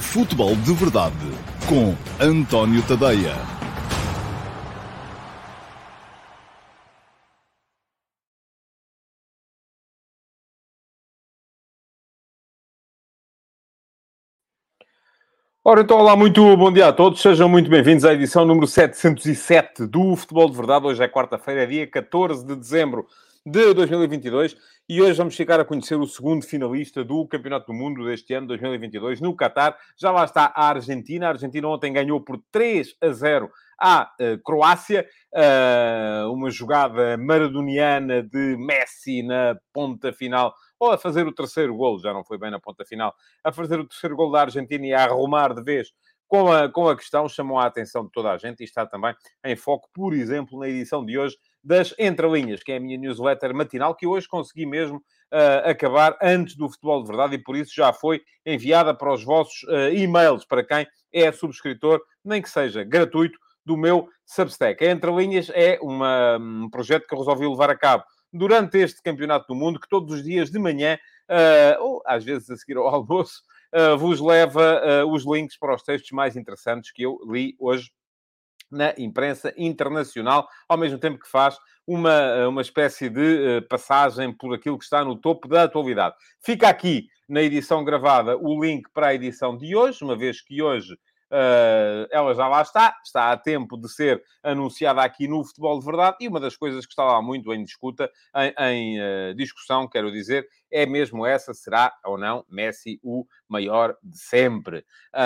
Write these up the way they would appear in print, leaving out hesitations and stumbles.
Futebol de Verdade com António Tadeia. Ora, então, olá, muito bom dia a todos. Sejam muito bem-vindos à edição número 707 do Futebol de Verdade. Hoje é quarta-feira, dia 14 de dezembro de 2022 e hoje vamos ficar a conhecer o segundo finalista do Campeonato do Mundo deste ano, 2022, no Qatar. Já lá está a Argentina. A Argentina ontem ganhou por 3-0 à Croácia. Uma jogada maradoniana de Messi na ponta final, ou a fazer o terceiro golo, já não foi bem na ponta final, a fazer o terceiro golo da Argentina e a arrumar de vez com a questão, chamou a atenção de toda a gente e está também em foco, por exemplo, na edição de hoje das Entrelinhas, que é a minha newsletter matinal, que hoje consegui mesmo acabar antes do Futebol de Verdade e por isso já foi enviada para os vossos e-mails, para quem é subscritor, nem que seja gratuito, do meu Substack. A Entrelinhas é um projeto que eu resolvi levar a cabo durante este Campeonato do Mundo, que todos os dias de manhã, ou às vezes a seguir ao almoço, vos leva os links para os textos mais interessantes que eu li hoje na imprensa internacional, ao mesmo tempo que faz uma espécie de passagem por aquilo que está no topo da atualidade. Fica aqui, na edição gravada, o link para a edição de hoje, uma vez que hoje ela já lá está a tempo de ser anunciada aqui no Futebol de Verdade, e uma das coisas que está lá muito em discuta, em discussão, quero dizer, é mesmo essa: será ou não Messi o maior de sempre?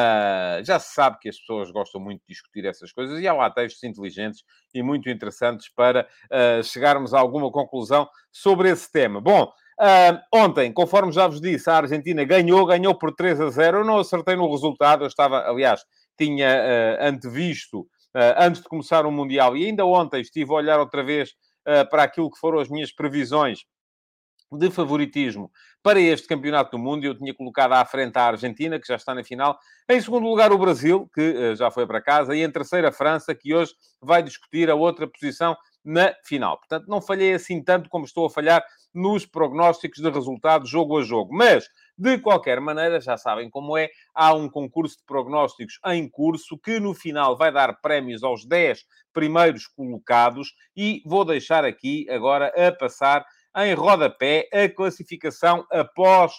Já se sabe que as pessoas gostam muito de discutir essas coisas e há lá textos inteligentes e muito interessantes para chegarmos a alguma conclusão sobre esse tema. Bom, ontem, conforme já vos disse, a Argentina ganhou por 3-0. Eu não acertei no resultado, eu estava, aliás, tinha antevisto, antes de começar o Mundial, e ainda ontem estive a olhar outra vez para aquilo que foram as minhas previsões de favoritismo para este Campeonato do Mundo. Eu tinha colocado à frente a Argentina, que já está na final. Em segundo lugar, o Brasil, que já foi para casa. E em terceiro, a França, que hoje vai discutir a outra posição na final. Portanto, não falhei assim tanto como estou a falhar nos prognósticos de resultado jogo a jogo. Mas, de qualquer maneira, já sabem como é. Há um concurso de prognósticos em curso que, no final, vai dar prémios aos 10 primeiros colocados. E vou deixar aqui, agora, a passar em rodapé a classificação após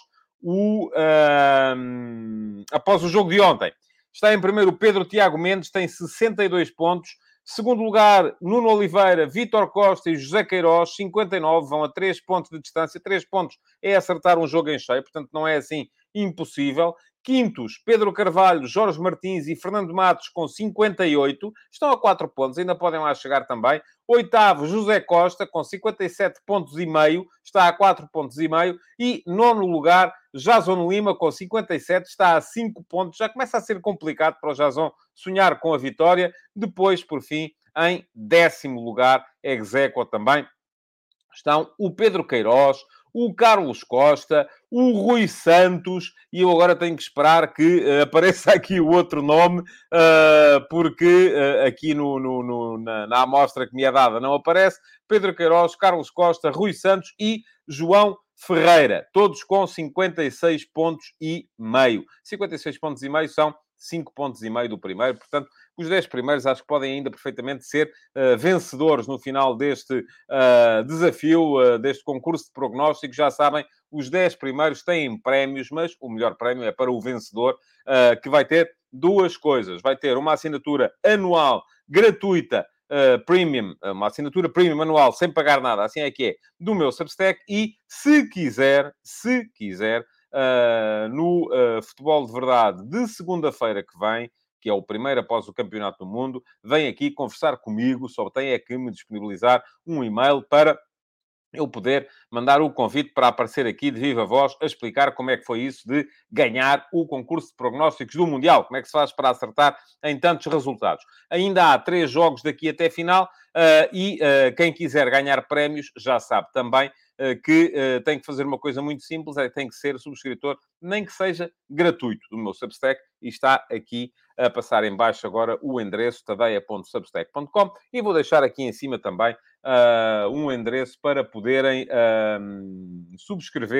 o jogo de ontem. Está em primeiro o Pedro Tiago Mendes, tem 62 pontos. Segundo lugar, Nuno Oliveira, Vítor Costa e José Queiroz, 59, vão a 3 pontos de distância. 3 pontos é acertar um jogo em cheio, portanto não é assim impossível. Quintos, Pedro Carvalho, Jorge Martins e Fernando Matos com 58. Estão a 4 pontos, ainda podem lá chegar também. Oitavo, José Costa, com 57 pontos e meio, está a 4 pontos e meio. E nono lugar, Jason Lima, com 57, está a 5 pontos. Já começa a ser complicado para o Jason sonhar com a vitória. Depois, por fim, em décimo lugar, execuo também, estão o Pedro Queiroz, o Carlos Costa, o Rui Santos, e eu agora tenho que esperar que apareça aqui o outro nome, porque aqui na amostra que me é dada não aparece. Pedro Queiroz, Carlos Costa, Rui Santos e João Ferreira, todos com 56 pontos e meio. 56 pontos e meio são 5 pontos e meio do primeiro, portanto, os 10 primeiros acho que podem ainda perfeitamente ser vencedores no final deste desafio, deste concurso de prognósticos. Já sabem, os 10 primeiros têm prémios, mas o melhor prémio é para o vencedor, que vai ter duas coisas. Vai ter uma assinatura anual gratuita, premium, uma assinatura premium anual, sem pagar nada, assim é que é, do meu Substack. E, se quiser, no Futebol de Verdade de segunda-feira que vem, que é o primeiro após o Campeonato do Mundo, vem aqui conversar comigo, só tem é que me disponibilizar um e-mail para eu poder mandar o convite para aparecer aqui de viva voz a explicar como é que foi isso de ganhar o concurso de prognósticos do Mundial. Como é que se faz para acertar em tantos resultados. Ainda há 3 jogos daqui até final e quem quiser ganhar prémios já sabe também que tem que fazer uma coisa muito simples, é que tem que ser subscritor, nem que seja gratuito, do meu Substack, e está aqui a passar em baixo agora o endereço tadeia.substack.com, e vou deixar aqui em cima também um endereço para poderem subscrever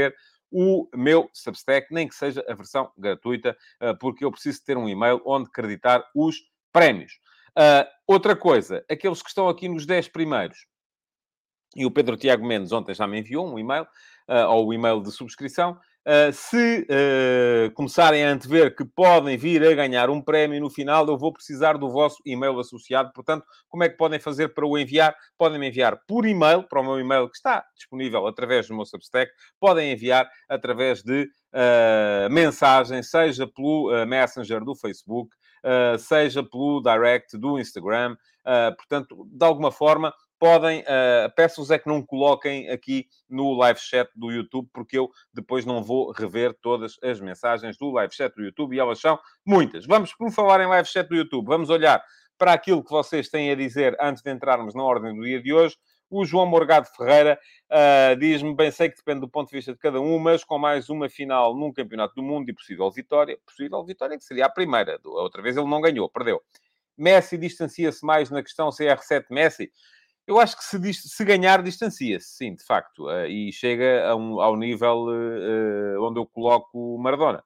o meu Substack, nem que seja a versão gratuita, porque eu preciso ter um e-mail onde acreditar os prémios. Outra coisa, aqueles que estão aqui nos 10 primeiros, e o Pedro Tiago Mendes ontem já me enviou um e-mail, ou o e-mail de subscrição. Se começarem a antever que podem vir a ganhar um prémio no final, eu vou precisar do vosso e-mail associado. Portanto, como é que podem fazer para o enviar? Podem me enviar por e-mail, para o meu e-mail que está disponível através do meu Substack. Podem enviar através de mensagem, seja pelo Messenger do Facebook, seja pelo Direct do Instagram. Portanto, de alguma forma, podem, peço-vos é que não coloquem aqui no live chat do YouTube, porque eu depois não vou rever todas as mensagens do live chat do YouTube, e elas são muitas. Vamos, por falar em live chat do YouTube, vamos olhar para aquilo que vocês têm a dizer antes de entrarmos na ordem do dia de hoje. O João Morgado Ferreira diz-me, bem sei que depende do ponto de vista de cada um, mas com mais uma final num Campeonato do Mundo e possível vitória que seria a primeira. A outra vez ele não ganhou, perdeu. Messi distancia-se mais na questão CR7 Messi. Eu acho que se ganhar, distancia-se, sim, de facto. E chega ao nível onde eu coloco o Maradona.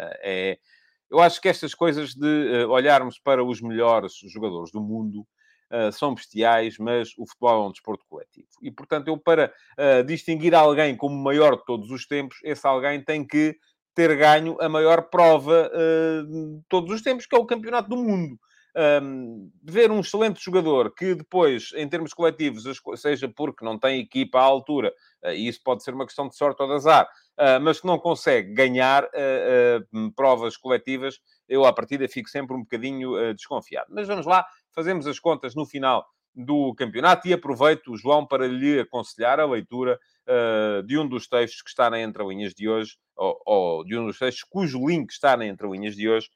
Eu acho que estas coisas de olharmos para os melhores jogadores do mundo são bestiais, mas o futebol é um desporto coletivo. E, portanto, eu para distinguir alguém como o maior de todos os tempos, esse alguém tem que ter ganho a maior prova de todos os tempos, que é o Campeonato do Mundo. Ver um excelente jogador que depois, em termos coletivos, seja porque não tem equipa à altura, e isso pode ser uma questão de sorte ou de azar, mas que não consegue ganhar provas coletivas, eu, à partida, fico sempre um bocadinho desconfiado. Mas vamos lá, fazemos as contas no final do campeonato e aproveito, João, para lhe aconselhar a leitura de um dos textos que está na entrelinhas de hoje, ou de um dos textos cujo link está na entrelinhas de hoje,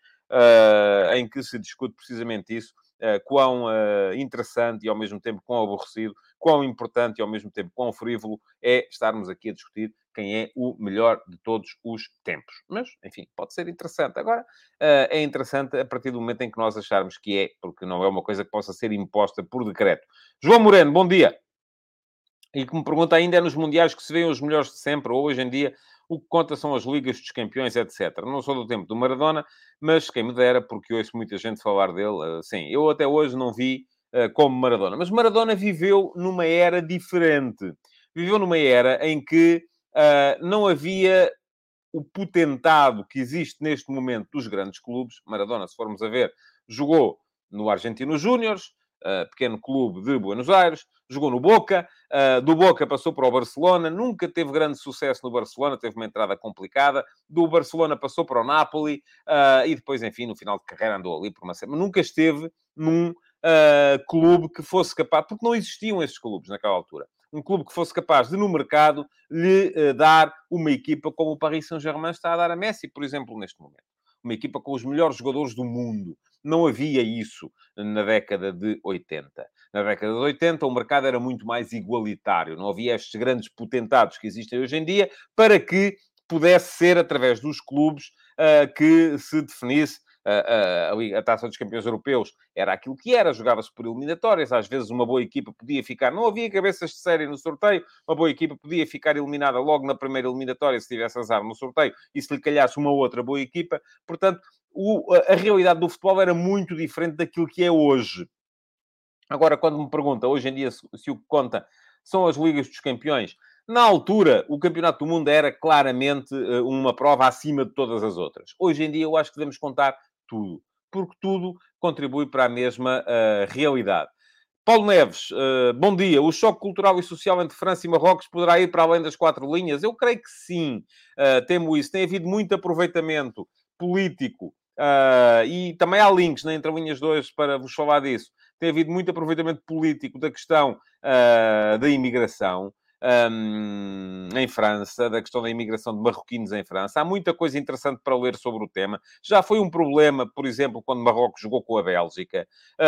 em que se discute precisamente isso, quão interessante e ao mesmo tempo quão aborrecido, quão importante e ao mesmo tempo quão frívolo é estarmos aqui a discutir quem é o melhor de todos os tempos. Mas, enfim, pode ser interessante. Agora, é interessante a partir do momento em que nós acharmos que é, porque não é uma coisa que possa ser imposta por decreto. João Moreno, bom dia. E que me pergunta ainda é nos Mundiais que se vêem os melhores de sempre, ou hoje em dia o que conta são as Ligas dos Campeões, etc. Não sou do tempo do Maradona, mas quem me dera, porque ouço muita gente falar dele. Sim, eu até hoje não vi como Maradona. Mas Maradona viveu numa era diferente. Viveu numa era em que não havia o potentado que existe neste momento dos grandes clubes. Maradona, se formos a ver, jogou no Argentinos Júniors, pequeno clube de Buenos Aires, jogou no Boca, do Boca passou para o Barcelona, nunca teve grande sucesso no Barcelona, teve uma entrada complicada, do Barcelona passou para o Napoli, e depois, enfim, no final de carreira andou ali por uma semana. Nunca esteve num clube que fosse capaz, porque não existiam esses clubes naquela altura. Um clube que fosse capaz de, no mercado, lhe dar uma equipa como o Paris Saint-Germain está a dar a Messi, por exemplo, neste momento. Uma equipa com os melhores jogadores do mundo. Não havia isso na década de 80. Na década de 80, o mercado era muito mais igualitário. Não havia estes grandes potentados que existem hoje em dia para que pudesse ser, através dos clubes, que se definisse a Taça dos Campeões Europeus era aquilo que era, jogava-se por eliminatórias, às vezes uma boa equipa podia ficar, não havia cabeças de série no sorteio, uma boa equipa podia ficar eliminada logo na primeira eliminatória se tivesse azar no sorteio e se lhe calhasse uma outra boa equipa. Portanto, a realidade do futebol era muito diferente daquilo que é hoje. Agora, quando me pergunta, hoje em dia, se o que conta são as Ligas dos Campeões, na altura, o Campeonato do Mundo era claramente uma prova acima de todas as outras. Hoje em dia, eu acho que devemos contar tudo, porque tudo contribui para a mesma realidade. Paulo Neves, bom dia. O choque cultural e social entre França e Marrocos poderá ir para além das 4 linhas? Eu creio que sim. Temo isso. Tem havido muito aproveitamento político e também há links na Entrelinhas 2 para vos falar disso. Tem havido muito aproveitamento político da questão da imigração em França, da questão da imigração de marroquinos em França. Há muita coisa interessante para ler sobre o tema. Já foi um problema, por exemplo, quando Marrocos jogou com a Bélgica.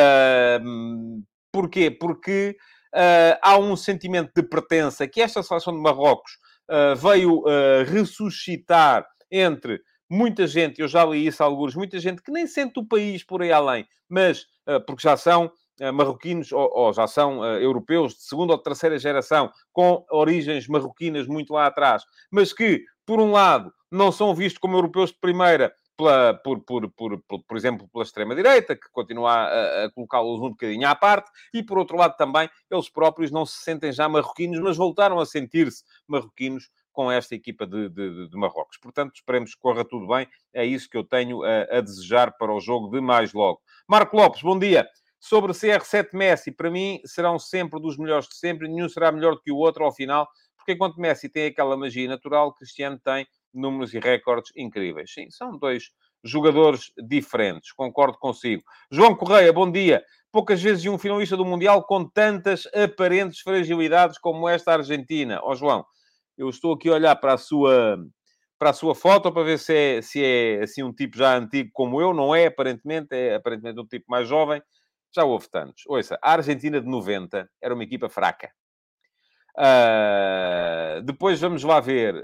Porquê? Porque há um sentimento de pertença que esta seleção de Marrocos veio ressuscitar entre muita gente, eu já li isso a alguns, muita gente que nem sente o país por aí além, mas porque já são marroquinos ou já são europeus de segunda ou terceira geração, com origens marroquinas muito lá atrás, mas que, por um lado, não são vistos como europeus de primeira, por exemplo, pela extrema-direita, que continua a colocá-los um bocadinho à parte, e por outro lado também, eles próprios não se sentem já marroquinos, mas voltaram a sentir-se marroquinos com esta equipa de Marrocos. Portanto, esperemos que corra tudo bem. É isso que eu tenho a desejar para o jogo de mais logo. Marco Lopes, bom dia. Sobre CR7 Messi, para mim, serão sempre dos melhores de sempre. Nenhum será melhor do que o outro ao final, porque enquanto Messi tem aquela magia natural, Cristiano tem números e recordes incríveis. Sim, são dois jogadores diferentes. Concordo consigo. João Correia, bom dia. Poucas vezes vi um finalista do Mundial com tantas aparentes fragilidades como esta Argentina. Ó, João, eu estou aqui a olhar para a sua foto para ver se é assim um tipo já antigo como eu. Não é, aparentemente. É aparentemente um tipo mais jovem. Já houve tantos. Ouça, a Argentina de 90 era uma equipa fraca. Depois vamos lá ver.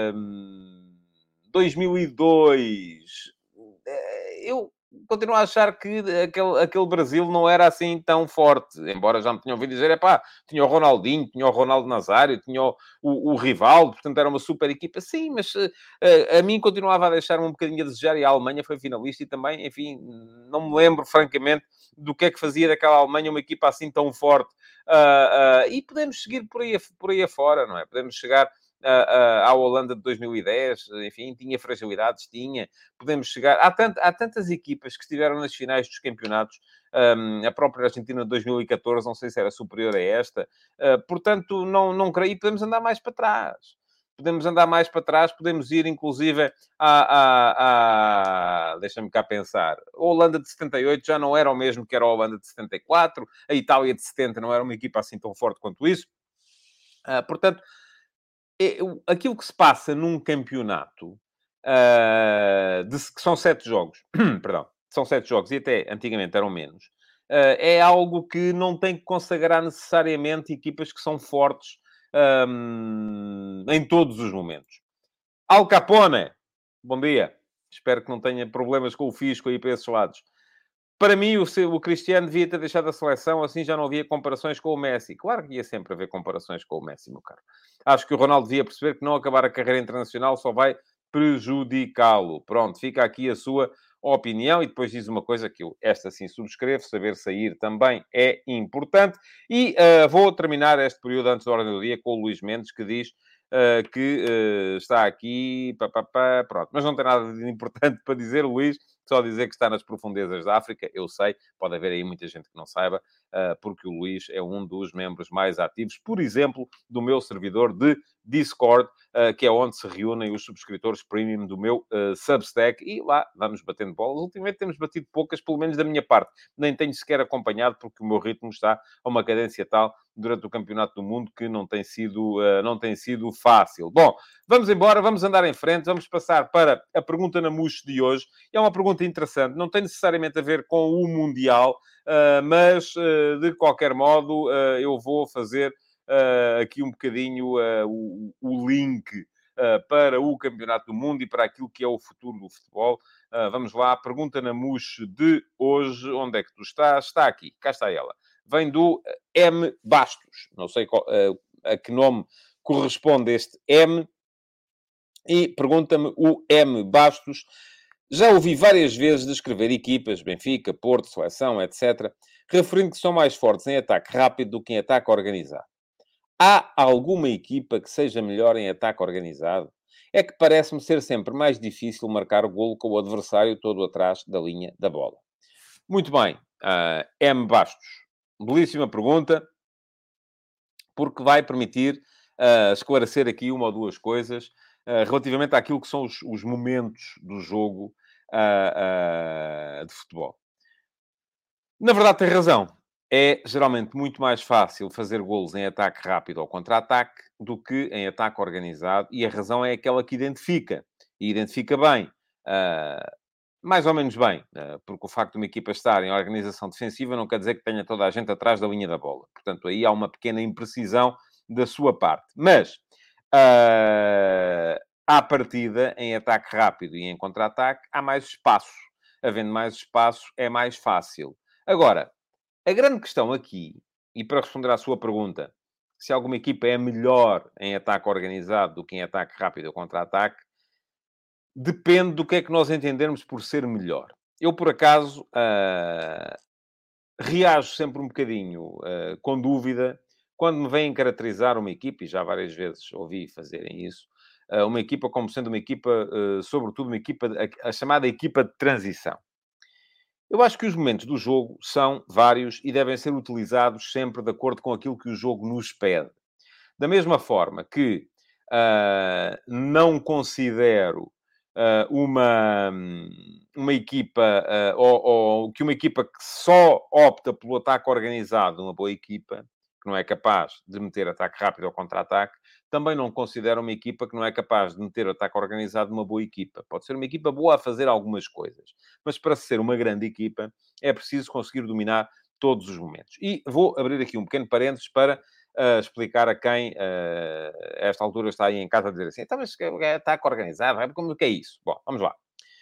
2002. Eu continuo a achar que aquele Brasil não era assim tão forte. Embora já me tenham ouvido dizer, tinha o Ronaldinho, tinha o Ronaldo Nazário, tinha o Rivaldo, portanto era uma super equipa. Sim, mas a mim continuava a deixar-me um bocadinho a desejar, e a Alemanha foi finalista e também, enfim, não me lembro, francamente, do que é que fazia daquela Alemanha uma equipa assim tão forte. E podemos seguir por aí afora, não é? Podemos chegar à Holanda de 2010, enfim, tinha fragilidades, tinha. Podemos chegar... Há tantas equipas que estiveram nas finais dos campeonatos, a própria Argentina de 2014, não sei se era superior a esta. Portanto, não creio. E podemos andar mais para trás. Podemos andar mais para trás, podemos ir, inclusive, deixa-me cá pensar. A Holanda de 78 já não era o mesmo que era a Holanda de 74. A Itália de 70 não era uma equipa assim tão forte quanto isso. Portanto, aquilo que se passa num campeonato, que são 7 jogos, perdão, são 7 jogos e até antigamente eram menos, é algo que não tem que consagrar necessariamente equipas que são fortes, em todos os momentos. Al Capone, bom dia. Espero que não tenha problemas com o fisco aí para esses lados. Para mim, o Cristiano devia ter deixado a seleção, assim já não havia comparações com o Messi. Claro que ia sempre haver comparações com o Messi, meu caro. Acho que o Ronaldo devia perceber que não acabar a carreira internacional só vai prejudicá-lo. Pronto, fica aqui a sua opinião. E depois diz uma coisa que eu, esta sim, subscrevo: saber sair também é importante. E vou terminar este período antes da ordem do dia com o Luís Mendes, que diz que está aqui, pronto. Mas não tem nada de importante para dizer, Luís. Só dizer que está nas profundezas da África, eu sei, pode haver aí muita gente que não saiba, porque o Luís é um dos membros mais ativos, por exemplo, do meu servidor de Discord, que é onde se reúnem os subscritores premium do meu Substack, e lá vamos batendo bolas. Ultimamente temos batido poucas, pelo menos da minha parte. Nem tenho sequer acompanhado, porque o meu ritmo está a uma cadência tal durante o Campeonato do Mundo que não tem sido fácil. Bom, vamos embora, vamos andar em frente, vamos passar para a pergunta na Muxe de hoje. É uma pergunta interessante, não tem necessariamente a ver com o Mundial, mas, de qualquer modo, eu vou fazer aqui um bocadinho o link para o Campeonato do Mundo e para aquilo que é o futuro do futebol. Vamos lá, pergunta na Muxe de hoje. Onde é que tu estás? Está aqui, cá está ela. Vem do M. Bastos. Não sei a que nome corresponde este M. E pergunta-me o M. Bastos: já ouvi várias vezes descrever equipas, Benfica, Porto, Seleção, etc., referindo que são mais fortes em ataque rápido do que em ataque organizado. Há alguma equipa que seja melhor em ataque organizado? É que parece-me ser sempre mais difícil marcar o golo com o adversário todo atrás da linha da bola. Muito bem, M. Bastos. Belíssima pergunta, porque vai permitir esclarecer aqui uma ou duas coisas relativamente àquilo que são os momentos do jogo de futebol. Na verdade, tem razão. É geralmente muito mais fácil fazer golos em ataque rápido ou contra-ataque do que em ataque organizado, e a razão é aquela que identifica. E identifica bem. Mais ou menos bem, porque o facto de uma equipa estar em organização defensiva não quer dizer que tenha toda a gente atrás da linha da bola. Portanto, aí há uma pequena imprecisão da sua parte. Mas, à partida, em ataque rápido e em contra-ataque, há mais espaço. Havendo mais espaço, é mais fácil. Agora, a grande questão aqui, e para responder à sua pergunta, se alguma equipa é melhor em ataque organizado do que em ataque rápido ou contra-ataque, depende do que é que nós entendermos por ser melhor. Eu, por acaso, reajo sempre um bocadinho com dúvida quando me vêm caracterizar uma equipa, e já várias vezes ouvi fazerem isso, uma equipa como sendo uma equipa, sobretudo uma equipa, a chamada equipa de transição. Eu acho que os momentos do jogo são vários e devem ser utilizados sempre de acordo com aquilo que o jogo nos pede. Da mesma forma que não considero uma equipa, ou que uma equipa que só opta pelo ataque organizado, uma boa equipa, que não é capaz de meter ataque rápido ou contra-ataque, também não considero uma equipa que não é capaz de meter ataque organizado numa boa equipa. Pode ser uma equipa boa a fazer algumas coisas, mas para ser uma grande equipa é preciso conseguir dominar todos os momentos. E vou abrir aqui um pequeno parênteses para explicar a quem, a esta altura, está aí em casa a dizer assim, então, mas está organizado, como que é isso? Bom, vamos lá.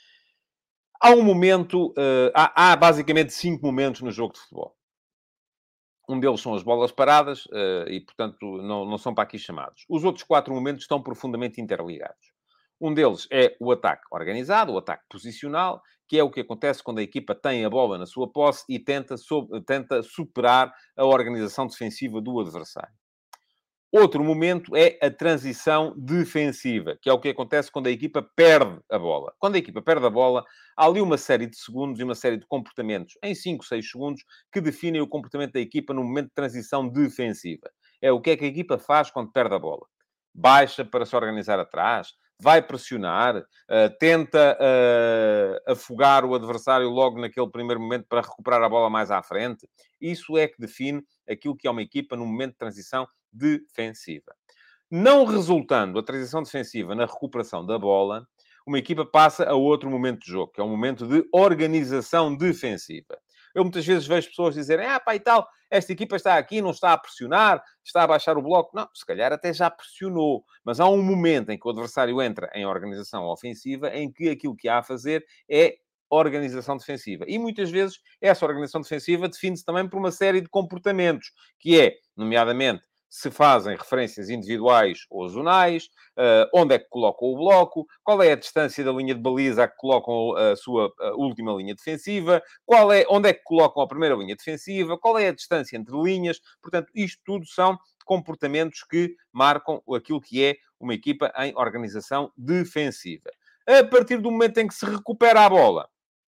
Há um momento, há basicamente 5 momentos no jogo de futebol. Um deles são as bolas paradas, e, portanto, não são para aqui chamados. Os outros 4 momentos estão profundamente interligados. Um deles é o ataque organizado, o ataque posicional, que é o que acontece quando a equipa tem a bola na sua posse e tenta superar a organização defensiva do adversário. Outro momento é a transição defensiva, que é o que acontece quando a equipa perde a bola. Quando a equipa perde a bola, há ali uma série de segundos e uma série de comportamentos, em 5, 6 segundos, que definem o comportamento da equipa no momento de transição defensiva. É o que é que a equipa faz quando perde a bola. Baixa para se organizar atrás, vai pressionar, tenta afogar o adversário logo naquele primeiro momento para recuperar a bola mais à frente. Isso é que define aquilo que é uma equipa no momento de transição defensiva. Não resultando a transição defensiva na recuperação da bola, uma equipa passa a outro momento de jogo, que é um momento de organização defensiva. Eu muitas vezes vejo pessoas dizerem, pá, e tal, esta equipa está aqui, não está a pressionar, está a baixar o bloco. Não, se calhar até já pressionou. Mas há um momento em que o adversário entra em organização ofensiva, em que aquilo que há a fazer é organização defensiva. E muitas vezes essa organização defensiva define-se também por uma série de comportamentos, que é, nomeadamente, se fazem referências individuais ou zonais, onde é que colocam o bloco, qual é a distância da linha de baliza a que colocam a sua última linha defensiva, onde é que colocam a primeira linha defensiva, qual é a distância entre linhas. Portanto, isto tudo são comportamentos que marcam aquilo que é uma equipa em organização defensiva. A partir do momento em que se recupera a bola,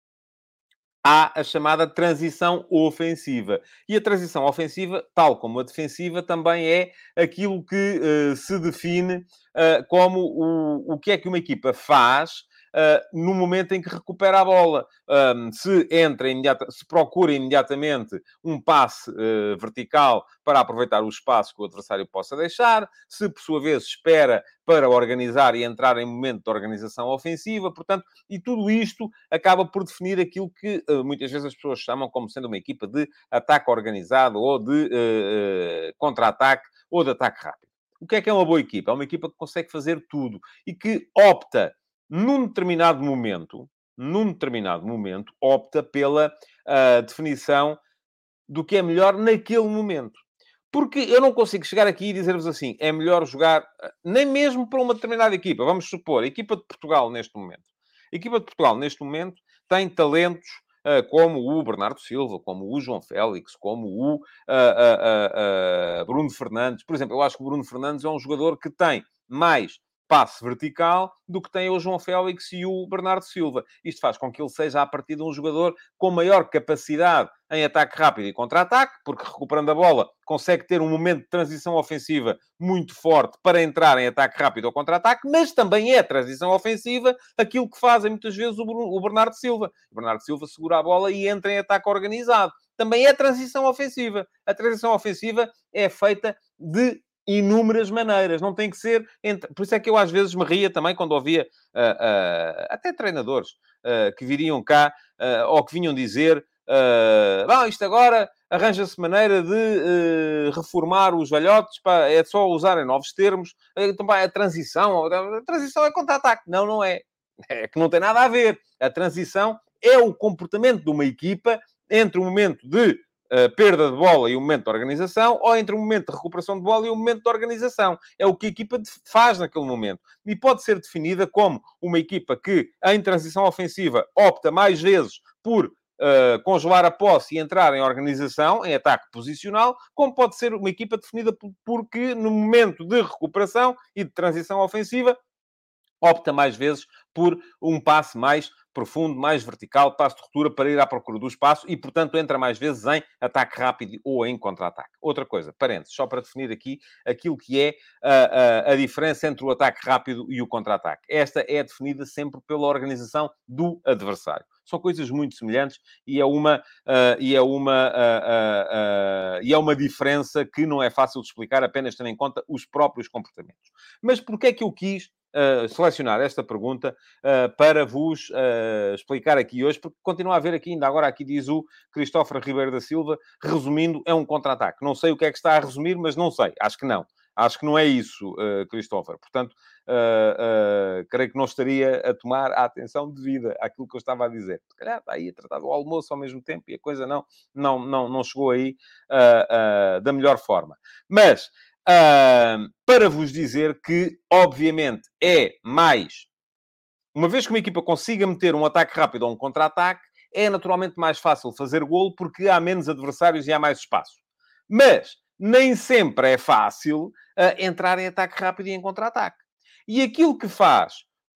há a chamada transição ofensiva. E a transição ofensiva, tal como a defensiva, também é aquilo que se define como o que é que uma equipa faz no momento em que recupera a bola. Se procura imediatamente um passe vertical para aproveitar o espaço que o adversário possa deixar, se por sua vez espera para organizar e entrar em momento de organização ofensiva, portanto, e tudo isto acaba por definir aquilo que muitas vezes as pessoas chamam como sendo uma equipa de ataque organizado ou de contra-ataque ou de ataque rápido. O que é uma boa equipa? É uma equipa que consegue fazer tudo e que opta num determinado momento, opta pela definição do que é melhor naquele momento. Porque eu não consigo chegar aqui e dizer-vos assim, é melhor jogar, nem mesmo para uma determinada equipa. Vamos supor, a equipa de Portugal neste momento. A equipa de Portugal neste momento tem talentos como o Bernardo Silva, como o João Félix, como o Bruno Fernandes. Por exemplo, eu acho que o Bruno Fernandes é um jogador que tem mais passe vertical do que tem o João Félix e o Bernardo Silva. Isto faz com que ele seja, a partir de um jogador com maior capacidade em ataque rápido e contra-ataque, porque recuperando a bola consegue ter um momento de transição ofensiva muito forte para entrar em ataque rápido ou contra-ataque, mas também é transição ofensiva aquilo que fazem muitas vezes o Bernardo Silva. O Bernardo Silva segura a bola e entra em ataque organizado. Também é transição ofensiva. A transição ofensiva é feita de inúmeras maneiras, não tem que ser... Por isso é que eu às vezes me ria também quando ouvia até treinadores que viriam cá ou que vinham dizer bom, isto agora arranja-se maneira de reformar os velhotes, pá, é só usarem novos termos, então, pá, a transição é contra-ataque. Não, não é. É que não tem nada a ver. A transição é o comportamento de uma equipa entre o momento de perda de bola e o momento de organização, ou entre o momento de recuperação de bola e o momento de organização. É o que a equipa faz naquele momento. E pode ser definida como uma equipa que, em transição ofensiva, opta mais vezes por congelar a posse e entrar em organização, em ataque posicional, como pode ser uma equipa definida porque no momento de recuperação e de transição ofensiva, opta mais vezes por um passe mais profundo, mais vertical, passe de ruptura para ir à procura do espaço e, portanto, entra mais vezes em ataque rápido ou em contra-ataque. Outra coisa, parênteses, só para definir aqui aquilo que é a diferença entre o ataque rápido e o contra-ataque. Esta é definida sempre pela organização do adversário. São coisas muito semelhantes e é uma diferença que não é fácil de explicar apenas tendo em conta os próprios comportamentos. Mas porquê é que eu quis selecionar esta pergunta para vos explicar aqui hoje, porque continua a haver aqui, ainda agora aqui diz o Cristóforo Ribeiro da Silva, resumindo, é um contra-ataque. Não sei o que é que está a resumir, mas não sei, acho que não. Acho que não é isso, Cristóforo. Portanto, creio que não estaria a tomar a atenção devida àquilo que eu estava a dizer. Se calhar está aí a tratar do almoço ao mesmo tempo e a coisa não chegou aí da melhor forma. Mas, para vos dizer que, obviamente, é mais... Uma vez que uma equipa consiga meter um ataque rápido ou um contra-ataque, é naturalmente mais fácil fazer golo porque há menos adversários e há mais espaço. Mas nem sempre é fácil entrar em ataque rápido e em contra-ataque. E aquilo que faz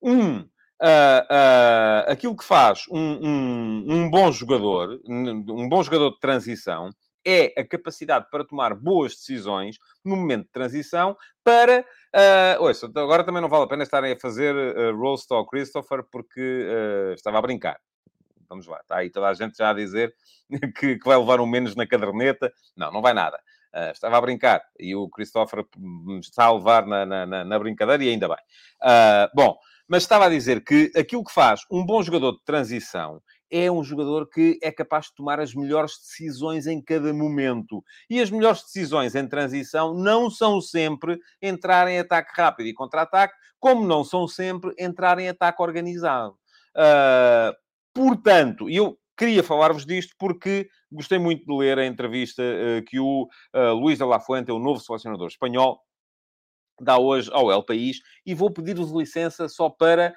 um bom jogador, um bom jogador de transição, é a capacidade para tomar boas decisões no momento de transição para... ouça, agora também não vale a pena estarem a fazer roast ao Christopher porque estava a brincar. Vamos lá, está aí toda a gente já a dizer que vai levar um menos na caderneta. Não vai nada. Estava a brincar. E o Christopher está a levar na brincadeira e ainda bem. Bom, mas estava a dizer que aquilo que faz um bom jogador de transição é um jogador que é capaz de tomar as melhores decisões em cada momento. E as melhores decisões em transição não são sempre entrar em ataque rápido e contra-ataque, como não são sempre entrar em ataque organizado. Portanto, eu queria falar-vos disto porque gostei muito de ler a entrevista que o Luís de la Fuente, o novo selecionador espanhol, dá hoje ao El País, e vou pedir-vos licença só para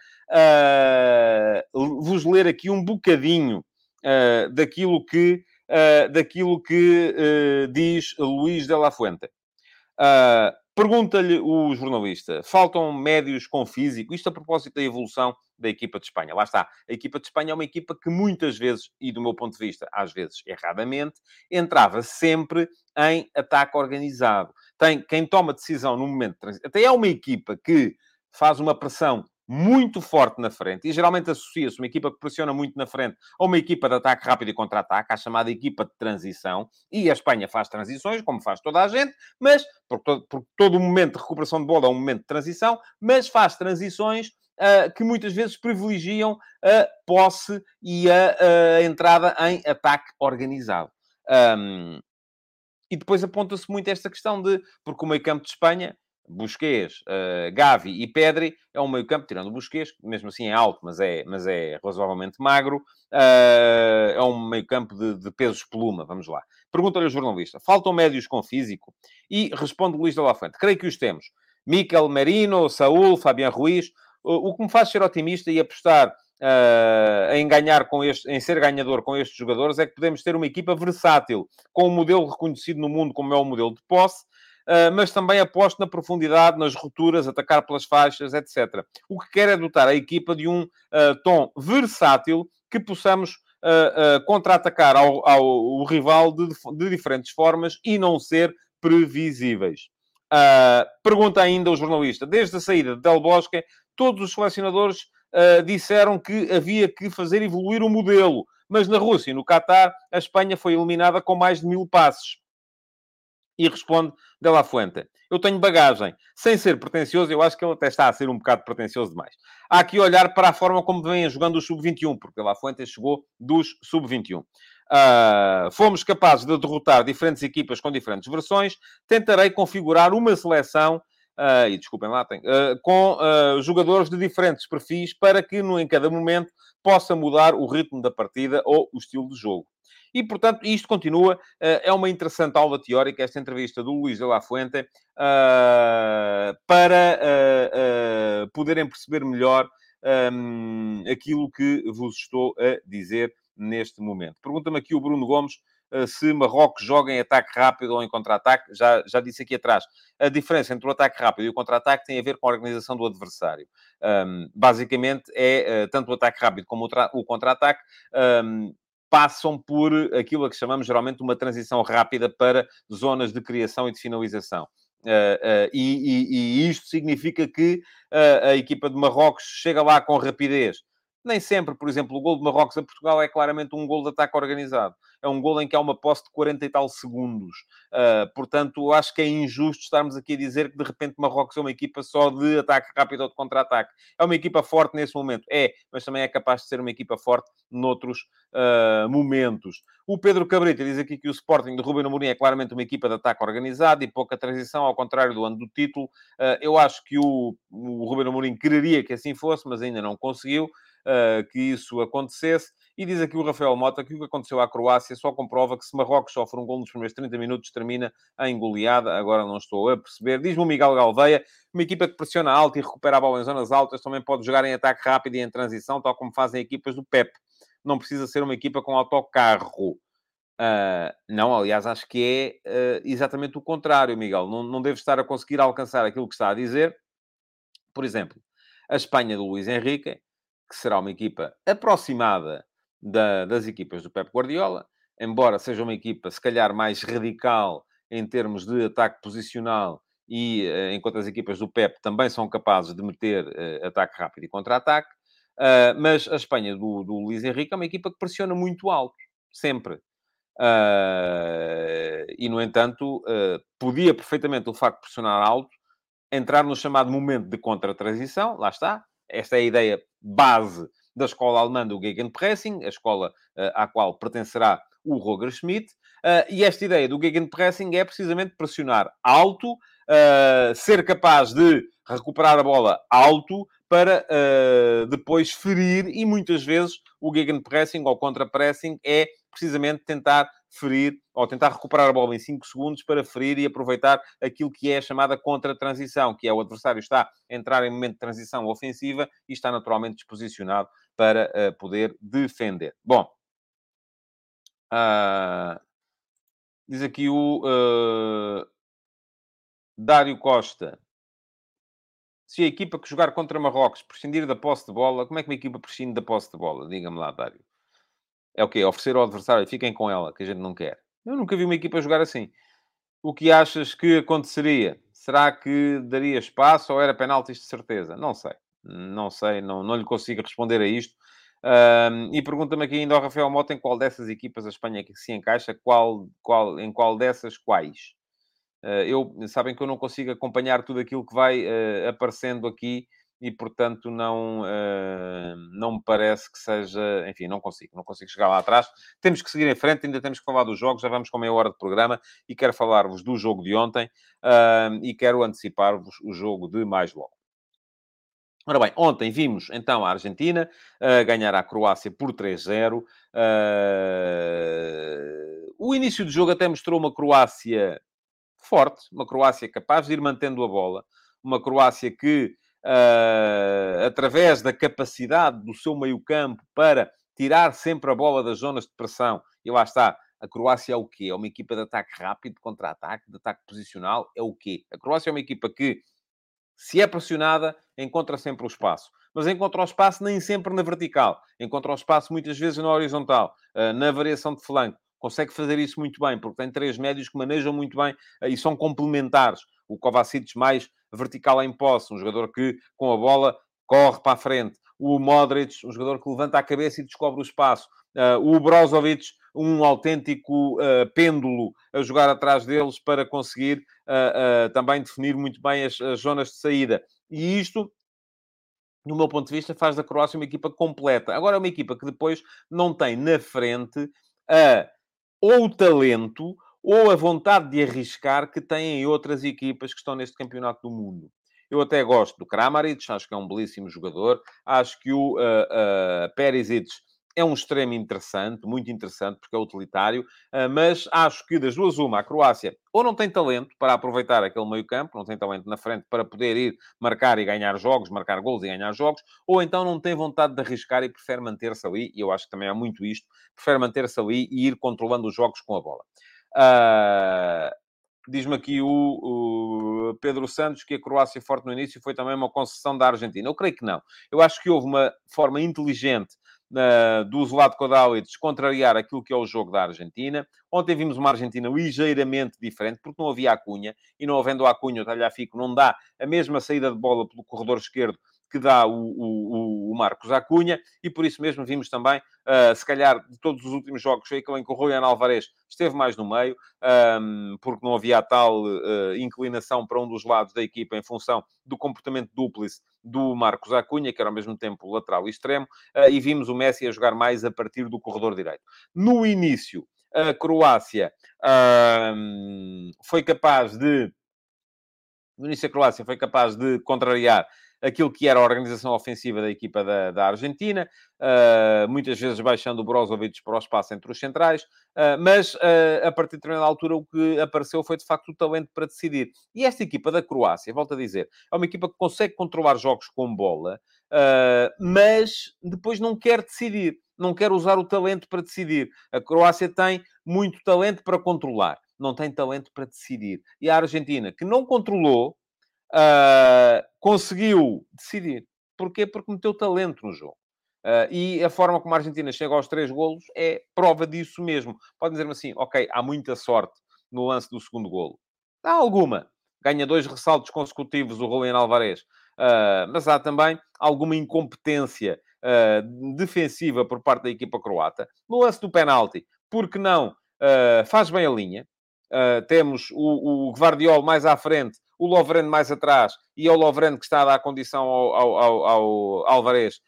vos ler aqui um bocadinho daquilo que diz Luís de la Fuente. Pergunta-lhe o jornalista, faltam médios com físico? Isto a propósito da evolução da equipa de Espanha. Lá está. A equipa de Espanha é uma equipa que muitas vezes, e do meu ponto de vista, às vezes erradamente, entrava sempre em ataque organizado. Tem quem toma decisão no momento de transição. Até é uma equipa que faz uma pressão muito forte na frente, e geralmente associa-se uma equipa que pressiona muito na frente a uma equipa de ataque rápido e contra-ataque, a chamada equipa de transição, e a Espanha faz transições, como faz toda a gente, mas, porque todo o momento de recuperação de bola é um momento de transição, mas faz transições que muitas vezes privilegiam a posse e a entrada em ataque organizado. E depois aponta-se muito esta questão de... Porque o meio-campo de Espanha, Busquets, Gavi e Pedri, é um meio-campo, tirando o Busquets, que mesmo assim é alto, mas é razoavelmente magro, é um meio-campo de peso espeluma, vamos lá. Pergunta-lhe o jornalista, faltam médios com físico? E responde Luís de la Fuente, creio que os temos. Mikel Merino, Saúl, Fabián Ruiz. O que me faz ser otimista e apostar em ser ganhador com estes jogadores é que podemos ter uma equipa versátil, com um modelo reconhecido no mundo como é o modelo de posse, mas também aposto na profundidade, nas rupturas, atacar pelas faixas, etc. O que quer é dotar a equipa de um tom versátil que possamos contra-atacar ao rival de diferentes formas e não ser previsíveis. Pergunta ainda o jornalista. Desde a saída de Del Bosque, todos os selecionadores disseram que havia que fazer evoluir o modelo. Mas na Rússia e no Qatar, a Espanha foi eliminada com mais de 1000 passes. E responde De La Fuente. Eu tenho bagagem. Sem ser pretencioso, eu acho que ele até está a ser um bocado pretencioso demais. Há aqui olhar para a forma como vêm jogando os sub-21, porque De La Fuente chegou dos sub-21. Fomos capazes de derrotar diferentes equipas com diferentes versões. Tentarei configurar uma seleção, e desculpem lá, com jogadores de diferentes perfis para que, em cada momento, possa mudar o ritmo da partida ou o estilo de jogo. E, portanto, isto continua. É uma interessante aula teórica, esta entrevista do Luís de la Fuente, para poderem perceber melhor aquilo que vos estou a dizer neste momento. Pergunta-me aqui o Bruno Gomes se Marrocos joga em ataque rápido ou em contra-ataque. Já disse aqui atrás. A diferença entre o ataque rápido e o contra-ataque tem a ver com a organização do adversário. Basicamente, tanto o ataque rápido como o contra-ataque passam por aquilo a que chamamos geralmente uma transição rápida para zonas de criação e de finalização. E isto significa que a equipa de Marrocos chega lá com rapidez. Nem sempre, por exemplo, o gol de Marrocos a Portugal é claramente um gol de ataque organizado. É um gol em que há uma posse de 40 e tal segundos. Portanto, acho que é injusto estarmos aqui a dizer que, de repente, Marrocos é uma equipa só de ataque rápido ou de contra-ataque. É uma equipa forte nesse momento. Mas também é capaz de ser uma equipa forte noutros momentos. O Pedro Cabrita diz aqui que o Sporting de Ruben Amorim é claramente uma equipa de ataque organizado e pouca transição, ao contrário do ano do título. Eu acho que o Ruben Amorim quereria que assim fosse, mas ainda não conseguiu que isso acontecesse. E diz aqui o Rafael Mota que o que aconteceu à Croácia só comprova que se Marrocos sofre um gol nos primeiros 30 minutos, termina em goleada. Agora não estou a perceber. Diz-me o Miguel Galveia, uma equipa que pressiona alto e recupera a bola em zonas altas também pode jogar em ataque rápido e em transição, tal como fazem equipas do Pep. Não precisa ser uma equipa com autocarro. Não, aliás, acho que é exatamente o contrário, Miguel. Não deve estar a conseguir alcançar aquilo que está a dizer. Por exemplo, a Espanha do Luís Enrique, que será uma equipa aproximada das equipas do Pep Guardiola, embora seja uma equipa, se calhar, mais radical em termos de ataque posicional, e enquanto as equipas do Pep também são capazes de meter ataque rápido e contra-ataque, mas a Espanha do Luís Enrique é uma equipa que pressiona muito alto, sempre. E, no entanto, podia perfeitamente o facto de pressionar alto entrar no chamado momento de contra-transição, lá está. Esta é a ideia base da escola alemã do Gegenpressing, a escola à qual pertencerá o Roger Schmidt. E esta ideia do Gegenpressing é precisamente pressionar alto, ser capaz de recuperar a bola alto para depois ferir, e muitas vezes o Gegenpressing ou contra-pressing é precisamente tentar ferir ou tentar recuperar a bola em 5 segundos para ferir e aproveitar aquilo que é a chamada contra-transição, que é o adversário está a entrar em momento de transição ofensiva e está naturalmente disposicionado para poder defender. Bom, diz aqui o Dário Costa. Se a equipa que jogar contra Marrocos prescindir da posse de bola, como é que uma equipa prescinde da posse de bola? Diga-me lá, Dário. É o quê? Oferecer ao adversário, fiquem com ela, que a gente não quer. Eu nunca vi uma equipa jogar assim. O que achas que aconteceria? Será que daria espaço ou era penaltis de certeza? Não sei. Não sei, não lhe consigo responder a isto. E pergunta-me aqui ainda ao Rafael Mota em qual dessas equipas a Espanha que se encaixa, em qual dessas quais? Sabem que eu não consigo acompanhar tudo aquilo que vai aparecendo aqui e, portanto, não me parece que seja... Enfim, não consigo chegar lá atrás. Temos que seguir em frente, ainda temos que falar dos jogos, já vamos com meia hora de programa e quero falar-vos do jogo de ontem e quero antecipar-vos o jogo de mais logo. Ora bem, ontem vimos, então, a Argentina ganhar a Croácia por 3-0. O início do jogo até mostrou uma Croácia forte, uma Croácia capaz de ir mantendo a bola, uma Croácia que, através da capacidade do seu meio-campo para tirar sempre a bola das zonas de pressão, e lá está, a Croácia é o quê? É uma equipa de ataque rápido, de contra-ataque, de ataque posicional, é o quê? A Croácia é uma equipa que, se é pressionada, encontra sempre o espaço. Mas encontra o espaço nem sempre na vertical. Encontra o espaço muitas vezes na horizontal, na variação de flanco. Consegue fazer isso muito bem, porque tem 3 médios que manejam muito bem e são complementares. O Kovacic mais vertical em posse, um jogador que, com a bola, corre para a frente. O Modric, um jogador que levanta a cabeça e descobre o espaço. O Brozovic, um autêntico pêndulo a jogar atrás deles para conseguir também definir muito bem as zonas de saída. E isto, do meu ponto de vista, faz da Croácia uma equipa completa. Agora, é uma equipa que depois não tem na frente ou o talento ou a vontade de arriscar que têm outras equipas que estão neste campeonato do mundo. Eu até gosto do Kramaric, acho que é um belíssimo jogador. Acho que o Perisic é um extremo interessante, muito interessante, porque é utilitário, mas acho que das duas uma, a Croácia ou não tem talento para aproveitar aquele meio-campo, não tem talento na frente para poder ir marcar e ganhar jogos, marcar golos e ganhar jogos, ou então não tem vontade de arriscar e prefere manter-se ali, e eu acho que também há muito isto, prefere manter-se ali e ir controlando os jogos com a bola. Uh, Diz-me aqui o Pedro Santos que a Croácia forte no início foi também uma concessão da Argentina. Eu creio que não. Eu acho que houve uma forma inteligente do Zlatko Dalic contrariar aquilo que é o jogo da Argentina. Ontem vimos uma Argentina ligeiramente diferente, porque não havia Acunha, e não havendo Acunha, o Tagliafico não dá a mesma saída de bola pelo corredor esquerdo que dá o Marcos Acunha, e por isso mesmo vimos também, se calhar, de todos os últimos jogos, foi aquele em que o Julián Álvarez esteve mais no meio, porque não havia a tal inclinação para um dos lados da equipa em função do comportamento dúplice do Marcos Acunha, que era ao mesmo tempo lateral e extremo, e vimos o Messi a jogar mais a partir do corredor direito. No início, a Croácia foi capaz de... No início, a Croácia foi capaz de contrariar aquilo que era a organização ofensiva da equipa da Argentina, muitas vezes baixando o Brozovic para o espaço entre os centrais, mas a partir de determinada altura o que apareceu foi, de facto, o talento para decidir. E esta equipa da Croácia, volto a dizer, é uma equipa que consegue controlar jogos com bola, mas depois não quer decidir, não quer usar o talento para decidir. A Croácia tem muito talento para controlar, não tem talento para decidir. E a Argentina, que não controlou, conseguiu decidir. Porquê? Porque meteu talento no jogo. E a forma como a Argentina chega aos 3 golos é prova disso mesmo. Podem dizer-me assim, ok, há muita sorte no lance do segundo golo. Há alguma. Ganha 2 ressaltos consecutivos o Julián Álvarez. Mas há também alguma incompetência defensiva por parte da equipa croata. No lance do penalti, porque não faz bem a linha. Temos o Gvardiol mais à frente, o Lovren mais atrás, e é o Lovren que está a dar condição ao Álvarez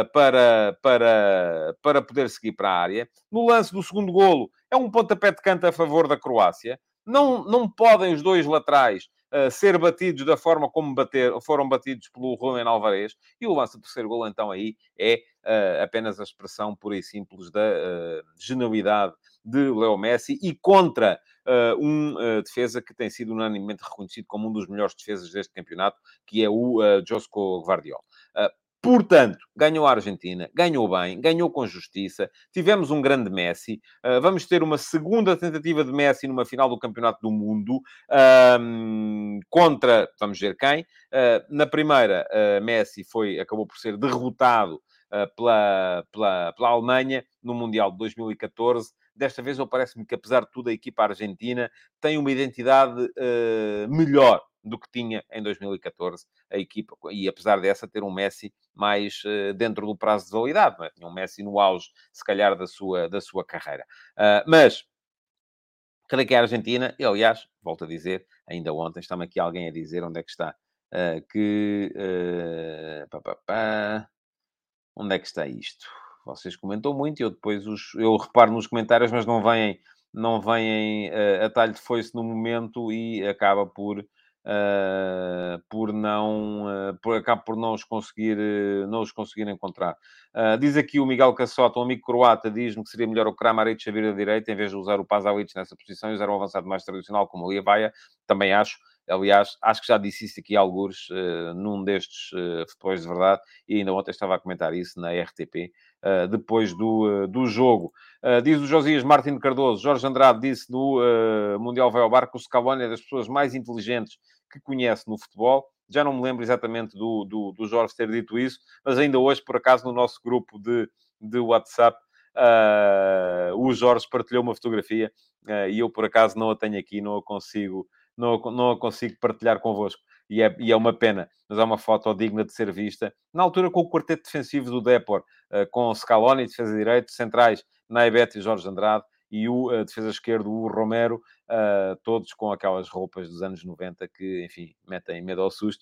para poder seguir para a área. No lance do segundo golo, é um pontapé de canto a favor da Croácia. Não podem os dois laterais ser batidos da forma como foram batidos pelo Julián Álvarez. E o lance do terceiro golo, então, aí é apenas a expressão pura e simples da genialidade de Leo Messi e contra defesa que tem sido unanimemente reconhecido como um dos melhores defesas deste campeonato, que é o Josko Gvardiol. Portanto, ganhou a Argentina, ganhou bem, ganhou com justiça. Tivemos um grande Messi. Vamos ter uma segunda tentativa de Messi numa final do Campeonato do Mundo contra, vamos ver quem. Na primeira, Messi acabou por ser derrotado pela Alemanha no Mundial de 2014. Desta vez, parece-me que, apesar de tudo, a equipa argentina tem uma identidade melhor do que tinha em 2014 a equipa. E, apesar dessa, ter um Messi mais dentro do prazo de validade. Não é? Tinha um Messi no auge, se calhar, da sua carreira. Mas, creio que a Argentina, e, aliás, volto a dizer, ainda ontem, está-me aqui alguém a dizer onde é que está. Onde é que está isto? Vocês comentam muito e eu depois eu reparo nos comentários, mas não vêm a talho de foice no momento e acaba acaba por não os conseguir encontrar. Diz aqui o Miguel Cassota, um amigo croata, diz-me que seria melhor o Kramaric a vir da direita, em vez de usar o Pasalic nessa posição e usar um avançado mais tradicional como o Livaia. Também acho. Aliás, acho que já disse isso aqui algures num destes futebols de verdade, e ainda ontem estava a comentar isso na RTP, depois do jogo. Diz o Josias Martins Cardoso, Jorge Andrade disse no Mundial Vai ao Bar que o Scaloni é das pessoas mais inteligentes que conhece no futebol. Já não me lembro exatamente do Jorge ter dito isso, mas ainda hoje, por acaso, no nosso grupo de WhatsApp, o Jorge partilhou uma fotografia e eu, por acaso, não a tenho aqui, não a consigo partilhar convosco. E é uma pena, mas é uma foto digna de ser vista. Na altura, com o quarteto defensivo do Depor, com Scaloni, defesa direito, centrais, Naibete e Jorge Andrade, e o defesa esquerdo, o Romero, todos com aquelas roupas dos anos 90 que, enfim, metem medo ao susto.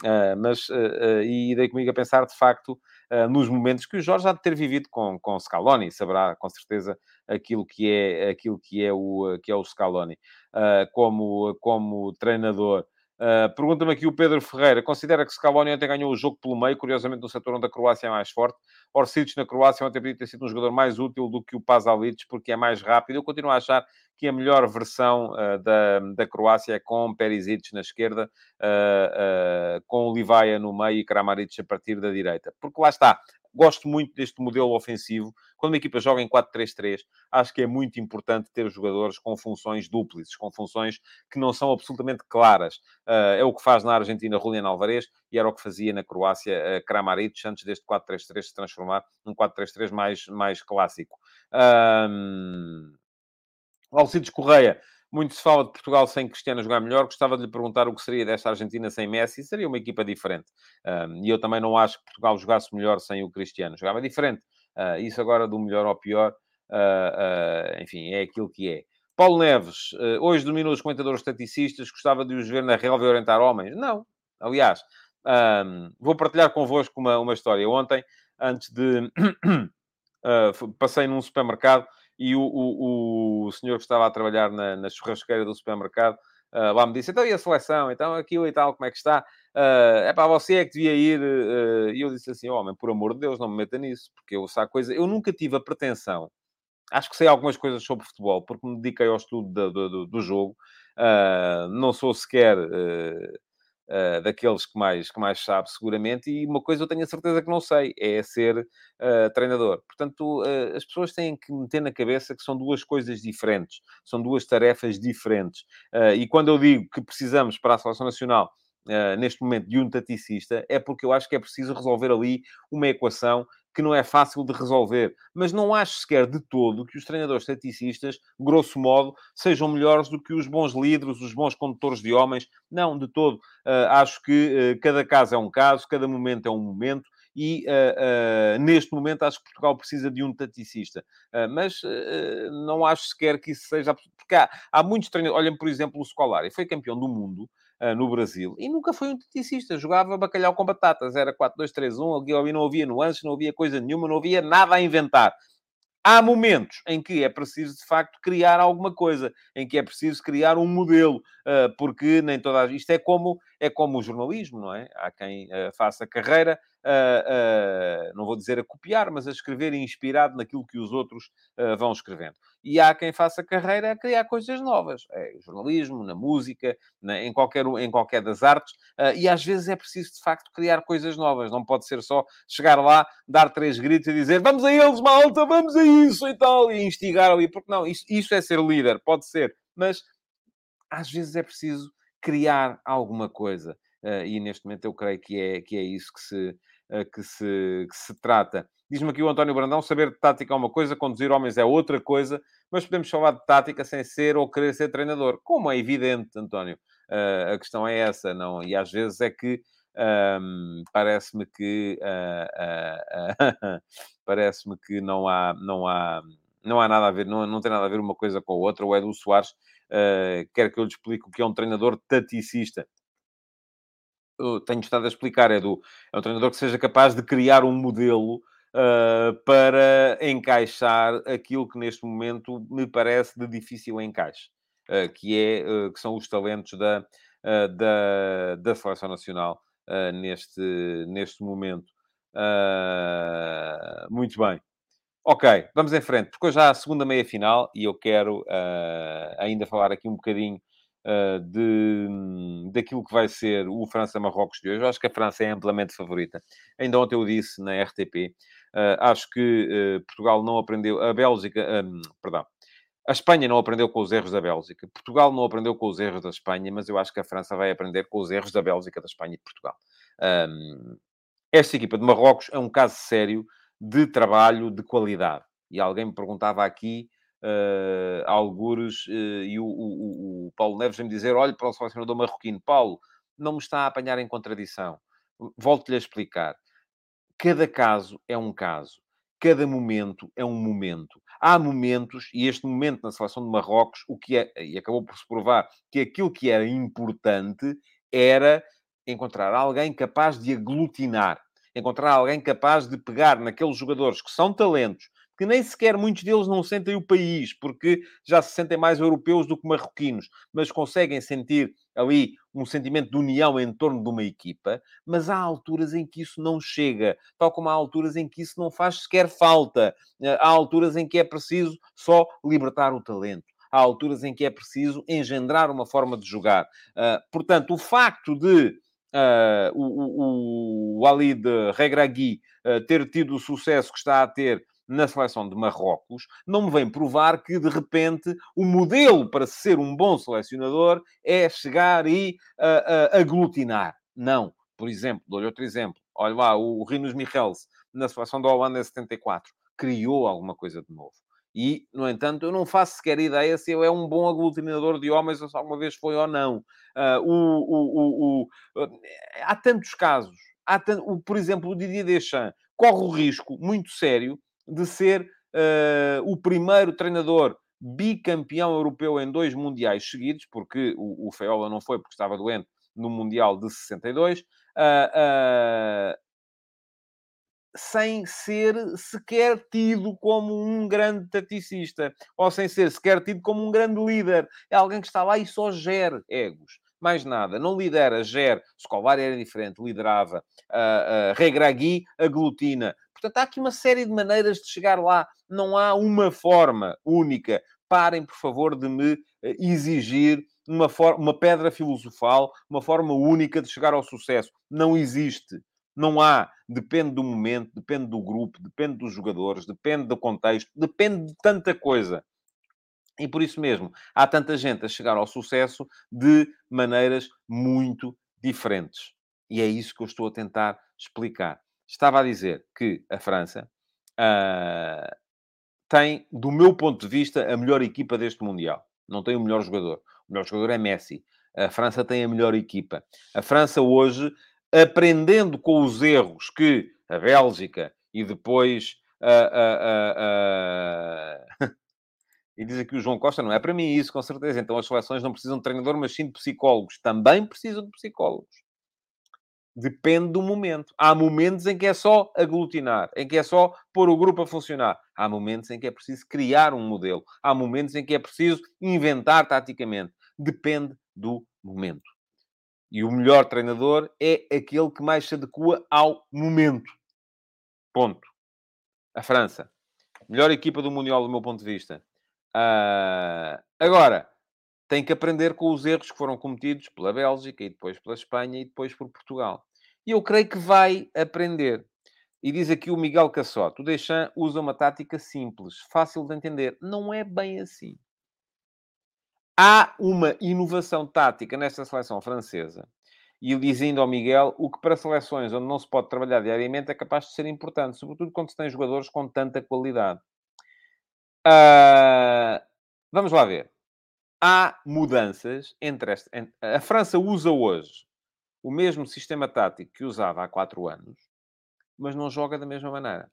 E dei comigo a pensar, de facto, nos momentos que o Jorge há de ter vivido com Scaloni, saberá com certeza aquilo que é o Scaloni como treinador. Pergunta-me aqui o Pedro Ferreira. Considera que Scaloni ontem ganhou o jogo pelo meio, curiosamente no setor onde a Croácia é mais forte. Orsic na Croácia ontem podia ter sido um jogador mais útil do que o Pasalic, porque é mais rápido. Eu continuo a achar que a melhor versão da Croácia é com Perisic na esquerda, com Livaja no meio e Kramaric a partir da direita. Porque lá está. Gosto muito deste modelo ofensivo. Quando uma equipa joga em 4-3-3, acho que é muito importante ter jogadores com funções dúplices, com funções que não são absolutamente claras. É o que faz na Argentina Julián Álvarez e era o que fazia na Croácia Kramaric antes deste 4-3-3 se transformar num 4-3-3 mais clássico. Alcides Correia, muito se fala de Portugal sem Cristiano jogar melhor. Gostava de lhe perguntar o que seria desta Argentina sem Messi. Seria uma equipa diferente. E eu também não acho que Portugal jogasse melhor sem o Cristiano. Jogava diferente. Isso agora do melhor ao pior, enfim, é aquilo que é. Paulo Neves, hoje dominou os comentadores estaticistas. Gostava de os ver na relva e orientar homens. Não. Aliás, vou partilhar convosco uma história. Ontem, antes de... passei num supermercado e o senhor que estava a trabalhar na churrasqueira do supermercado, lá me disse, então, e a seleção? Então, aquilo e tal, como é que está? É para você é que devia ir. E eu disse assim, homem, por amor de Deus, não me meta nisso, porque eu sei a coisa... Eu nunca tive a pretensão. Acho que sei algumas coisas sobre futebol, porque me dediquei ao estudo do jogo. Não sou sequer daqueles que mais sabe, seguramente. E uma coisa eu tenho a certeza que não sei, é ser treinador. Portanto, as pessoas têm que meter na cabeça que são duas coisas diferentes. São duas tarefas diferentes. E quando eu digo que precisamos para a Seleção Nacional, neste momento, de um taticista, é porque eu acho que é preciso resolver ali uma equação que não é fácil de resolver. Mas não acho sequer de todo que os treinadores taticistas, grosso modo, sejam melhores do que os bons líderes, os bons condutores de homens. Não, de todo. Acho que cada caso é um caso, cada momento é um momento. E neste momento acho que Portugal precisa de um taticista. Mas não acho sequer que isso seja... Porque há muitos treinadores... Olhem, por exemplo, o Scolari. Foi campeão do mundo no Brasil. E nunca foi um taticista. Jogava bacalhau com batatas. Era 4-2-3-1. Ali não havia nuances, não havia coisa nenhuma, não havia nada a inventar. Há momentos em que é preciso, de facto, criar alguma coisa, em que é preciso criar um modelo, porque nem toda... Isto é como o jornalismo, não é? Há quem faça carreira, não vou dizer a copiar, mas a escrever inspirado naquilo que os outros vão escrevendo. E há quem faça carreira a criar coisas novas. É o jornalismo, na música, em qualquer das artes, e às vezes é preciso, de facto, criar coisas novas. Não pode ser só chegar lá, dar 3 gritos e dizer vamos a eles, malta, vamos a isso e tal, e instigar ali. Porque não, isso é ser líder, pode ser. Mas às vezes é preciso criar alguma coisa. E neste momento eu creio que é isso que se trata. Diz-me aqui o António Brandão, saber de tática é uma coisa, conduzir homens é outra coisa, mas podemos falar de tática sem ser ou querer ser treinador. Como é evidente, António. A questão é essa, não? E às vezes é que parece-me que parece-me que não há nada a ver, não tem nada a ver uma coisa com a outra. O Edu Soares quer que eu lhe explique o que é um treinador taticista. Eu tenho estado a explicar, Edu. É um treinador que seja capaz de criar um modelo para encaixar aquilo que neste momento me parece de difícil encaixe, que são os talentos da Seleção Nacional neste momento. Muito bem. Ok, vamos em frente, porque hoje há a segunda meia-final e eu quero ainda falar aqui um bocadinho daquilo que vai ser o França-Marrocos de hoje. Eu acho que a França é amplamente favorita. Ainda ontem eu disse na RTP, acho que Portugal não aprendeu, a Bélgica, perdão, a Espanha não aprendeu com os erros da Bélgica, Portugal não aprendeu com os erros da Espanha, mas eu acho que a França vai aprender com os erros da Bélgica, da Espanha e de Portugal. Esta equipa de Marrocos é um caso sério de trabalho de qualidade. E alguém me perguntava aqui, algures, e o Paulo Neves vem-me dizer, olhe para o selecionador marroquino. Paulo, não me está a apanhar em contradição. Volto-lhe a explicar. Cada caso é um caso. Cada momento é um momento. Há momentos, e este momento na seleção de Marrocos, o que é, e acabou por se provar que aquilo que era importante era encontrar alguém capaz de aglutinar, encontrar alguém capaz de pegar naqueles jogadores que são talentos, que nem sequer muitos deles não sentem o país, porque já se sentem mais europeus do que marroquinos, mas conseguem sentir ali um sentimento de união em torno de uma equipa, mas há alturas em que isso não chega, tal como há alturas em que isso não faz sequer falta. Há alturas em que é preciso só libertar o talento. Há alturas em que é preciso engendrar uma forma de jogar. Portanto, o facto de o Walid Regragui ter tido o sucesso que está a ter na seleção de Marrocos, não me vem provar que, de repente, o modelo para ser um bom selecionador é chegar e aglutinar. Não. Por exemplo, dou-lhe outro exemplo. Olha lá, o Rinus Michels, na seleção da Holanda em 74, criou alguma coisa de novo. E, no entanto, eu não faço sequer ideia se ele é um bom aglutinador de homens ou se alguma vez foi ou não. Há tantos casos. Por exemplo, o Didier Deschamps corre o risco muito sério de ser o primeiro treinador bicampeão europeu em 2 mundiais seguidos, porque o Feola não foi porque estava doente no Mundial de 62, sem ser sequer tido como um grande taticista, ou sem ser sequer tido como um grande líder. É alguém que está lá e só gera egos. Mais nada. Não lidera, gera. Scolari era diferente, liderava. Regragui aglutina. Portanto, há aqui uma série de maneiras de chegar lá. Não há uma forma única. Parem, por favor, de me exigir uma pedra filosofal, uma forma única de chegar ao sucesso. Não existe. Não há. Depende do momento, depende do grupo, depende dos jogadores, depende do contexto, depende de tanta coisa. E por isso mesmo, há tanta gente a chegar ao sucesso de maneiras muito diferentes. E é isso que eu estou a tentar explicar. Estava a dizer que a França tem, do meu ponto de vista, a melhor equipa deste Mundial. Não tem o melhor jogador. O melhor jogador é Messi. A França tem a melhor equipa. A França hoje, aprendendo com os erros que a Bélgica e depois... E diz aqui o João Costa, não é para mim isso, com certeza. Então as seleções não precisam de treinador, mas sim de psicólogos. Também precisam de psicólogos. Depende do momento. Há momentos em que é só aglutinar, em que é só pôr o grupo a funcionar. Há momentos em que é preciso criar um modelo. Há momentos em que é preciso inventar taticamente. Depende do momento. E o melhor treinador é aquele que mais se adequa ao momento. Ponto. A França. Melhor equipa do Mundial, do meu ponto de vista. Agora, tem que aprender com os erros que foram cometidos pela Bélgica e depois pela Espanha e depois por Portugal. E eu creio que vai aprender. E diz aqui o Miguel Cassoto, o Deschamps usa uma tática simples, fácil de entender. Não é bem assim. Há uma inovação tática nesta seleção francesa. E dizendo ao Miguel, o que para seleções onde não se pode trabalhar diariamente é capaz de ser importante, sobretudo quando se tem jogadores com tanta qualidade. Vamos lá ver. Há mudanças entre a França usa hoje o mesmo sistema tático que usava há 4 anos, mas não joga da mesma maneira.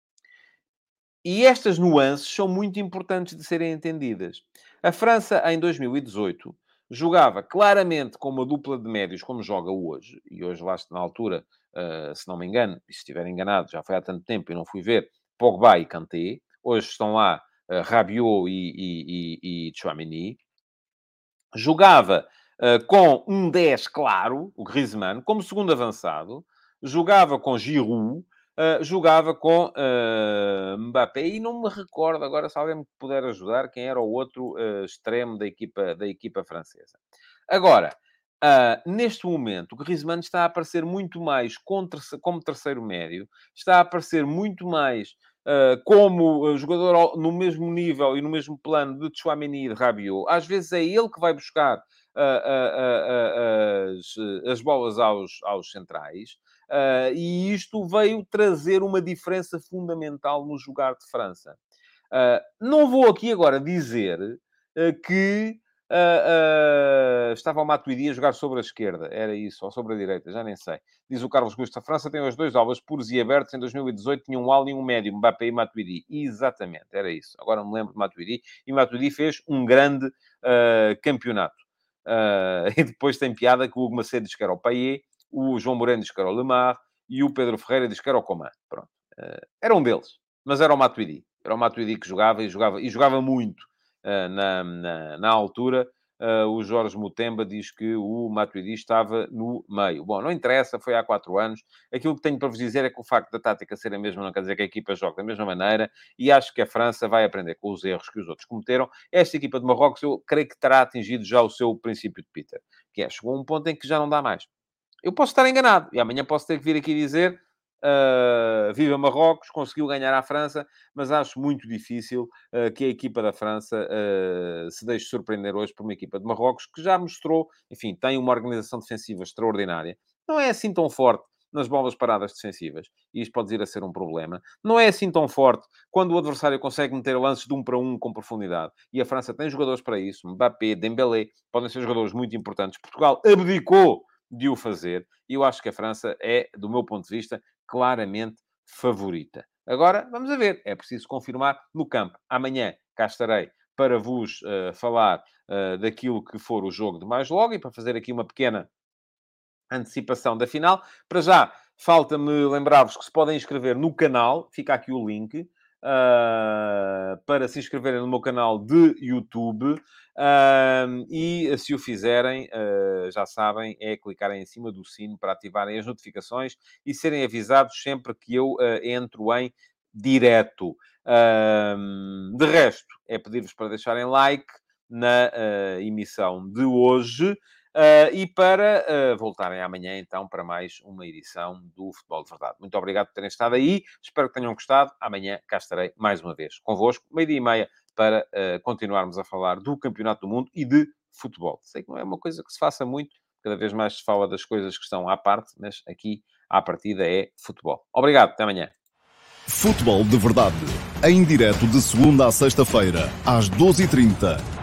E estas nuances são muito importantes de serem entendidas. A França, em 2018, jogava claramente com uma dupla de médios, como joga hoje, e hoje lá na altura, se não me engano, e se estiver enganado, já foi há tanto tempo e não fui ver, Pogba e Kanté. Hoje estão lá Rabiot e Tchouaméni. Jogava com um 10 claro, o Griezmann, como segundo avançado. Jogava com Giroud. Jogava com Mbappé. E não me recordo agora, se alguém me puder ajudar, quem era o outro extremo da equipa francesa. Agora, neste momento, o Griezmann está a aparecer muito mais como terceiro médio. Está a aparecer muito mais como jogador no mesmo nível e no mesmo plano de Tchouaméni e de Rabiot. Às vezes é ele que vai buscar as bolas aos centrais. E isto veio trazer uma diferença fundamental no jogar de França. Não vou aqui agora dizer que estava o Matuidi a jogar sobre a esquerda. Era isso, ou sobre a direita, já nem sei. Diz o Carlos Gusto, a França tem os dois alvos puros e abertos. Em 2018 tinha um ala e um médio, Mbappé e Matuidi. Exatamente, era isso. Agora me lembro de Matuidi. E Matuidi fez um grande campeonato. E depois tem piada que o Hugo Macedo diz que era o Payet, o João Moreno diz que era o Lemar e o Pedro Ferreira diz que era o Coman. Pronto. Era um deles. Mas era o Matuidi. Era o Matuidi que jogava e jogava muito na altura. o Jorge Mutemba diz que o Matuidi estava no meio. Bom, não interessa, foi há 4 anos. Aquilo que tenho para vos dizer é que o facto da tática ser a mesma não quer dizer que a equipa jogue da mesma maneira, e acho que a França vai aprender com os erros que os outros cometeram. Esta equipa de Marrocos, eu creio que terá atingido já o seu princípio de Peter, que é, chegou a um ponto em que já não dá mais. Eu posso estar enganado, e amanhã posso ter que vir aqui dizer viva Marrocos, conseguiu ganhar à França, mas acho muito difícil que a equipa da França se deixe surpreender hoje por uma equipa de Marrocos que já mostrou, enfim, tem uma organização defensiva extraordinária. Não é assim tão forte nas bolas paradas defensivas, e isto pode vir a ser um problema. Não é assim tão forte quando o adversário consegue meter lances de 1 para 1 com profundidade. E a França tem jogadores para isso. Mbappé, Dembélé, podem ser jogadores muito importantes. Portugal abdicou de o fazer, e eu acho que a França é, do meu ponto de vista, claramente favorita. Agora, vamos a ver. É preciso confirmar no campo. Amanhã cá estarei para vos falar daquilo que for o jogo de mais logo e para fazer aqui uma pequena antecipação da final. Para já, falta-me lembrar-vos que se podem inscrever no canal. Fica aqui o link. Para se inscreverem no meu canal de YouTube. E se o fizerem, já sabem, é clicarem em cima do sino para ativarem as notificações e serem avisados sempre que eu entro em direto. De resto, é pedir-vos para deixarem like na emissão de hoje. E para voltarem amanhã, então, para mais uma edição do Futebol de Verdade. Muito obrigado por terem estado aí. Espero que tenham gostado. Amanhã cá estarei mais uma vez convosco, 12:30, para continuarmos a falar do Campeonato do Mundo e de futebol. Sei que não é uma coisa que se faça muito. Cada vez mais se fala das coisas que estão à parte, mas aqui, à partida, é futebol. Obrigado. Até amanhã. Futebol de Verdade. Em direto de segunda a sexta-feira, às 12h30.